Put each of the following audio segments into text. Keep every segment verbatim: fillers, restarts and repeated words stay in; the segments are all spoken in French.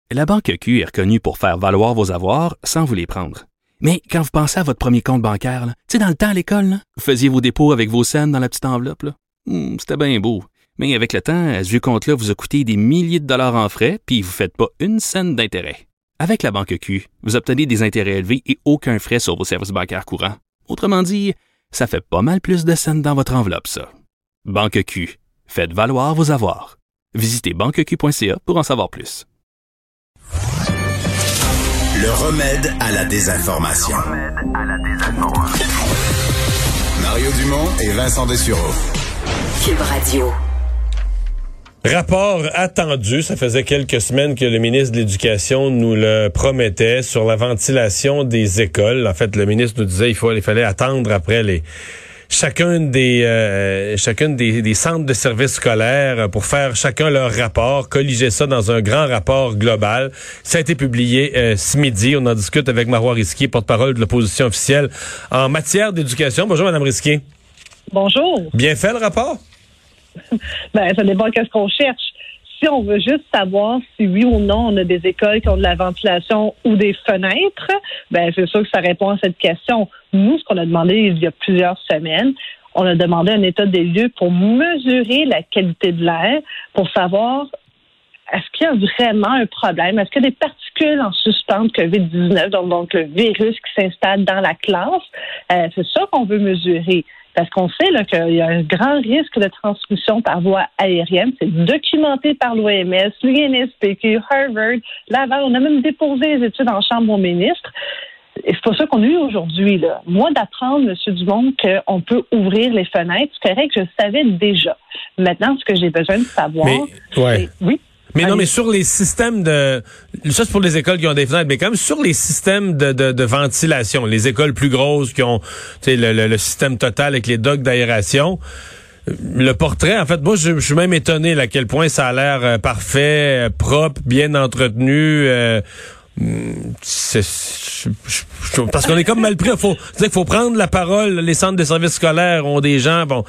La Banque Q est reconnue pour faire valoir vos avoirs sans vous les prendre. Mais quand vous pensez à votre premier compte bancaire, tu sais, dans le temps à l'école, là, vous faisiez vos dépôts avec vos scènes dans la petite enveloppe. Là. Hum, c'était bien beau. Mais avec le temps, à ce vieux compte-là vous a coûté des milliers de dollars en frais, puis vous ne faites pas une scène d'intérêt. Avec la Banque Q, vous obtenez des intérêts élevés et aucun frais sur vos services bancaires courants. Autrement dit, ça fait pas mal plus de scènes dans votre enveloppe, ça. Banque Q. Faites valoir vos avoirs. Visitez banque q point c a pour en savoir plus. Le remède à la désinformation. Le remède à la désinformation. Mario Dumont et Vincent Dessureau. Cube Radio. Rapport attendu, ça faisait quelques semaines que le ministre de l'Éducation nous le promettait sur la ventilation des écoles. En fait, le ministre nous disait qu'il faut, il fallait attendre après les chacun des euh, chacun des, des centres de services scolaires pour faire chacun leur rapport, colliger ça dans un grand rapport global. Ça a été publié euh, ce midi. On en discute avec Marois Risquier, porte-parole de l'opposition officielle en matière d'éducation. Bonjour, Madame Risquier. Bonjour. Bien fait le rapport? Ben, ça dépend qu'est-ce qu'on cherche. Si on veut juste savoir si oui ou non on a des écoles qui ont de la ventilation ou des fenêtres, ben c'est sûr que ça répond à cette question. Nous, ce qu'on a demandé il y a plusieurs semaines, on a demandé un état des lieux pour mesurer la qualité de l'air, pour savoir est-ce qu'il y a vraiment un problème, est-ce qu'il y a des particules en suspens de covid dix-neuf, donc, donc le virus qui s'installe dans la classe. Euh, c'est ça qu'on veut mesurer. Parce qu'on sait là, qu'il y a un grand risque de transmission par voie aérienne. C'est documenté par l'O M S, l'U N S P Q, Harvard, Laval. On a même déposé les études en chambre au ministre. Et c'est pas ça qu'on a eu aujourd'hui. Là. Moi, d'apprendre, M. Dumont, qu'on peut ouvrir les fenêtres, c'est correct, je le savais déjà. Maintenant, ce que j'ai besoin de savoir, Mais, ouais. c'est... Oui. Mais Allez. non, mais sur les systèmes de... Ça, c'est pour les écoles qui ont des fenêtres, mais quand même sur les systèmes de, de, de ventilation, les écoles plus grosses qui ont le, le, le système total avec les docks d'aération, le portrait, en fait, moi, je, je suis même étonné là, à quel point ça a l'air euh, parfait, euh, propre, bien entretenu. Euh, c'est, je, je, je, parce qu'on est comme mal pris. Il faut dire qu'il faut prendre la parole. Les centres de services scolaires ont des gens, bon,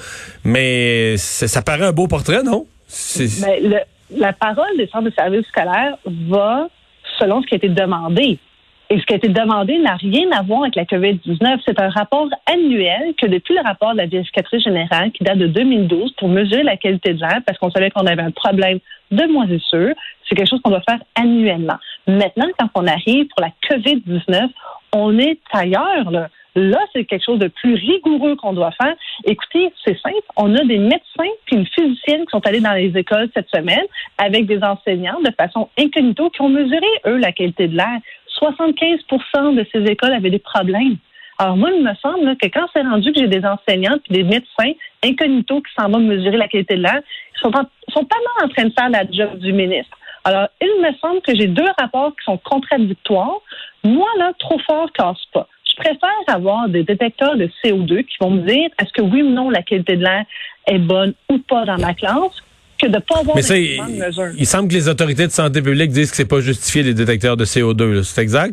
mais ça paraît un beau portrait, non? C'est... Mais le... La parole des centres de services scolaires va selon ce qui a été demandé. Et ce qui a été demandé n'a rien à voir avec la covid dix-neuf. C'est un rapport annuel que depuis le rapport de la vérificatrice générale qui date de deux mille douze pour mesurer la qualité de l'air parce qu'on savait qu'on avait un problème de moisissure, c'est quelque chose qu'on doit faire annuellement. Maintenant, quand on arrive pour la covid dix-neuf, on est ailleurs, là. Là, c'est quelque chose de plus rigoureux qu'on doit faire. Écoutez, c'est simple. On a des médecins puis une physicienne qui sont allés dans les écoles cette semaine avec des enseignants de façon incognito qui ont mesuré, eux, la qualité de l'air. soixante-quinze pour cent de ces écoles avaient des problèmes. Alors moi, il me semble là, que quand c'est rendu que j'ai des enseignants puis des médecins incognito qui s'en vont mesurer la qualité de l'air, ils sont, en, sont pas mal en train de faire la job du ministre. Alors, il me semble que j'ai deux rapports qui sont contradictoires. Moi, là, trop fort casse pas. Je préfère avoir des détecteurs de C O deux qui vont me dire est-ce que oui ou non la qualité de l'air est bonne ou pas dans ma classe que de ne pas avoir Mais ça, des il, de mesure. Il semble que les autorités de santé publique disent que c'est pas justifié les détecteurs de C O deux. Là. C'est exact?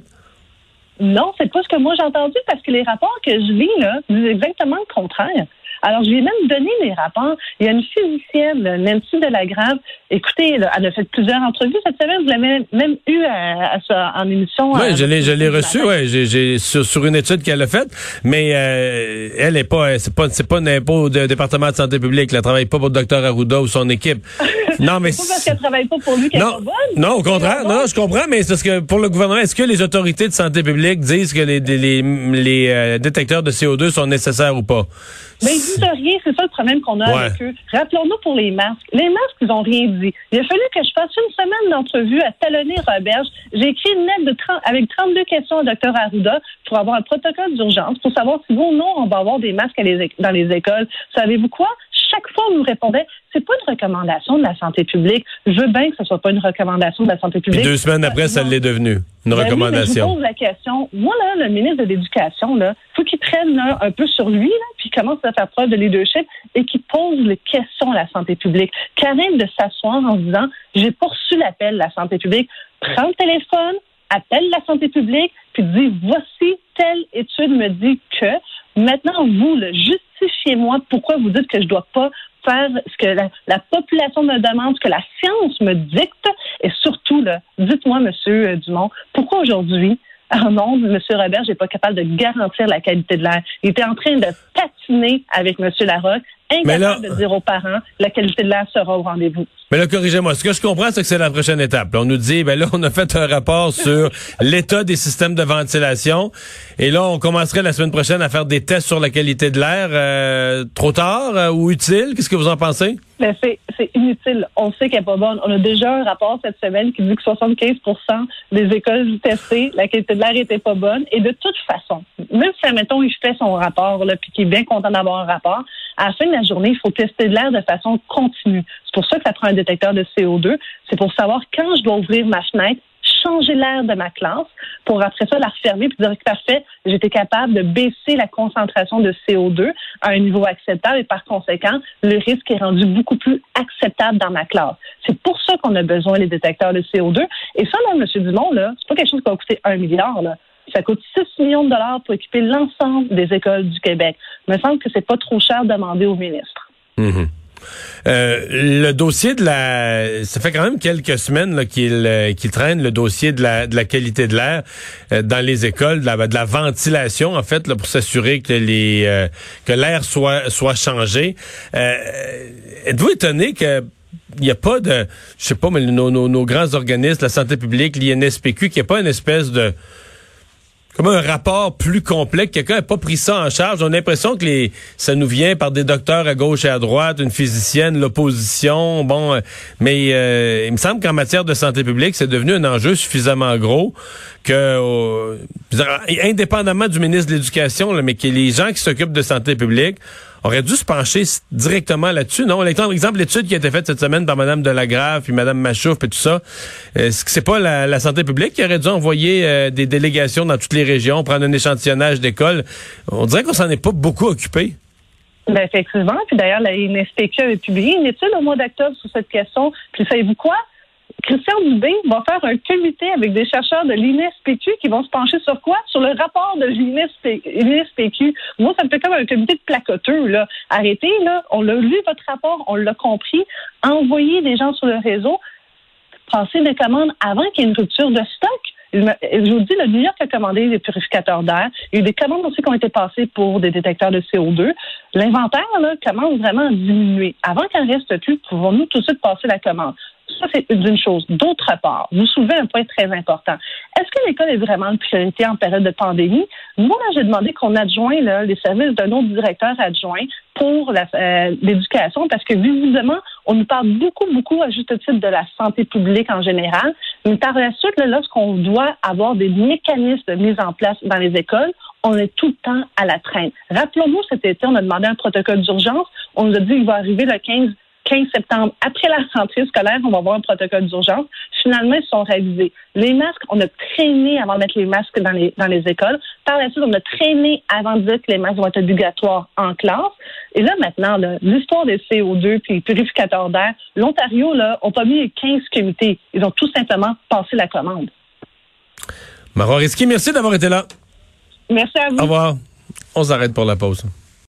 Non, c'est pas ce que moi j'ai entendu parce que les rapports que je lis là disent exactement le contraire. Alors, je lui ai même donné les rapports. Il y a une physicienne, Nancy Delagrave. Écoutez, là, elle a fait plusieurs entrevues cette semaine. Vous l'avez même eu à, à, à, en émission. Oui, je l'ai, je l'ai reçu, ouais, j'ai, j'ai, sur, sur une étude qu'elle a faite. Mais euh, elle est pas, c'est pas, c'est pas un impôt au département de santé publique. Elle travaille pas pour le docteur Arruda ou son équipe. Non, mais c'est pas parce qu'elle travaille pas pour lui qu'elle non, est bonne. Non, au contraire. Non, non, je comprends, mais c'est parce que pour le gouvernement, est-ce que les autorités de santé publique disent que les, les, les, les euh, détecteurs de C O deux sont nécessaires ou pas? Mais ils disent rien, c'est ça le problème qu'on a ouais. avec eux. Rappelons-nous pour les masques. Les masques, ils ont rien dit. Il a fallu que je fasse une semaine d'entrevue à talonner Roberge. J'ai écrit une lettre de trente, avec trente-deux questions au docteur Arruda pour avoir un protocole d'urgence pour savoir si oui ou non on va avoir des masques à les, dans les écoles. Savez-vous quoi? Chaque fois, on nous répondait, c'est pas une recommandation de la santé publique. Je veux bien que ce soit pas une recommandation de la santé publique. Puis deux semaines après, ça l'est devenu. Une ben recommandation. Oui, je vous pose la question. Moi, là, le ministre de l'Éducation, là, faut qu'il prenne là, un peu sur lui, là, puis commence à faire preuve de leadership et qu'il pose les questions à la santé publique. Qu'il arrête de s'asseoir en se disant, j'ai poursu l'appel de la santé publique. Prends le téléphone, appelle la santé publique, puis dis, voici telle étude me dit que. Maintenant, vous, là, justifiez-moi pourquoi vous dites que je dois pas faire ce que la, la population me demande, ce que la science me dicte. Et surtout, là, dites-moi, Monsieur Dumont, pourquoi aujourd'hui, oh non, M. Roberge n'est pas capable de garantir la qualité de l'air. Il était en train de patiner avec M. Larocque, incapable là, de dire aux parents la qualité de l'air sera au rendez-vous. Mais là, corrigez-moi. Ce que je comprends, c'est que c'est la prochaine étape. Là, on nous dit, ben là, on a fait un rapport sur l'état des systèmes de ventilation. Et là, on commencerait la semaine prochaine à faire des tests sur la qualité de l'air. Euh, trop tard euh, ou utile? Qu'est-ce que vous en pensez? Ben c'est, c'est inutile. On sait qu'elle n'est pas bonne. On a déjà un rapport cette semaine qui dit que soixante-quinze pour cent des écoles testées, la qualité de l'air n'était pas bonne. Et de toute façon, même si, admettons, il fait son rapport, là, puis qu'il est bien content d'avoir un rapport, à la fin de la journée, il faut tester de l'air de façon continue. C'est pour ça que ça prend un détecteur de C O deux. C'est pour savoir quand je dois ouvrir ma fenêtre, changer l'air de ma classe, pour après ça la refermer puis dire que parfait, j'étais capable de baisser la concentration de C O deux à un niveau acceptable et par conséquent, le risque est rendu beaucoup plus acceptable dans ma classe. C'est pour ça qu'on a besoin des détecteurs de C O deux. Et ça, là, M. Dumont, là, c'est pas quelque chose qui va coûter un milliard, là. Ça coûte six millions de dollars pour équiper l'ensemble des écoles du Québec. Il me semble que c'est pas trop cher de demander au ministre. Mmh. Euh, le dossier de la... Ça fait quand même quelques semaines là, qu'il, euh, qu'il traîne, le dossier de la, de la qualité de l'air euh, dans les écoles, de la, de la ventilation, en fait, là, pour s'assurer que les euh, que l'air soit, soit changé. Euh, êtes-vous étonné que il n'y a pas de... Je sais pas, mais nos, nos, nos grands organismes, la santé publique, l'I N S P Q, qu'il n'y a pas une espèce de... comme un rapport plus complet, que quelqu'un n'a pas pris ça en charge. On a l'impression que les ça nous vient par des docteurs à gauche et à droite, une physicienne, l'opposition, bon, euh, mais euh, il me semble qu'en matière de santé publique, c'est devenu un enjeu suffisamment gros que, euh, indépendamment du ministre de l'Éducation, là, mais que les gens qui s'occupent de santé publique auraient dû se pencher directement là-dessus. Non, par exemple, l'étude qui a été faite cette semaine par Mme Delagrave puis Mme Machouf et tout ça, est-ce que c'est pas la, la santé publique qui aurait dû envoyer euh, des délégations dans toutes les régions, prendre un échantillonnage d'écoles? On dirait qu'on s'en est pas beaucoup occupé. Ben effectivement. Puis d'ailleurs, la I N S P Q avait publié une étude au mois d'octobre sur cette question. Puis savez-vous quoi? Christian Dubé va faire un comité avec des chercheurs de l'I N S P Q qui vont se pencher sur quoi? Sur le rapport de l'I N S P Q. Moi, ça me fait comme un comité de placoteux, là. Arrêtez, là. On l'a lu, votre rapport, on l'a compris. Envoyez des gens sur le réseau. Passez des commandes avant qu'il y ait une rupture de stock. Je vous dis, le New York a commandé des purificateurs d'air. Il y a eu des commandes aussi qui ont été passées pour des détecteurs de C O deux. L'inventaire, là, commence vraiment à diminuer. Avant qu'elle reste plus, pouvons-nous tout de suite passer la commande? Ça, c'est d'une chose. D'autre part, vous soulevez un point très important. Est-ce que l'école est vraiment une priorité en période de pandémie? Moi, là, j'ai demandé qu'on adjoigne là, les services d'un autre directeur adjoint pour la, euh, l'éducation, parce que visiblement, on nous parle beaucoup, beaucoup à juste titre de la santé publique en général, mais par la suite, là, lorsqu'on doit avoir des mécanismes mis en place dans les écoles, on est tout le temps à la traîne. Rappelons-nous, cet été, on a demandé un protocole d'urgence. On nous a dit qu'il va arriver le quinze septembre. Après la rentrée scolaire, on va avoir un protocole d'urgence. Finalement, ils sont réalisés. Les masques, on a traîné avant de mettre les masques dans les, dans les écoles. Par la suite, on a traîné avant de dire que les masques vont être obligatoires en classe. Et là, maintenant, là, l'histoire des C O deux puis les purificateurs d'air, l'Ontario, là, ont pas mis quinze comités. Ils ont tout simplement passé la commande. Marois Risky, merci d'avoir été là. Merci à vous. Au revoir. On s'arrête pour la pause.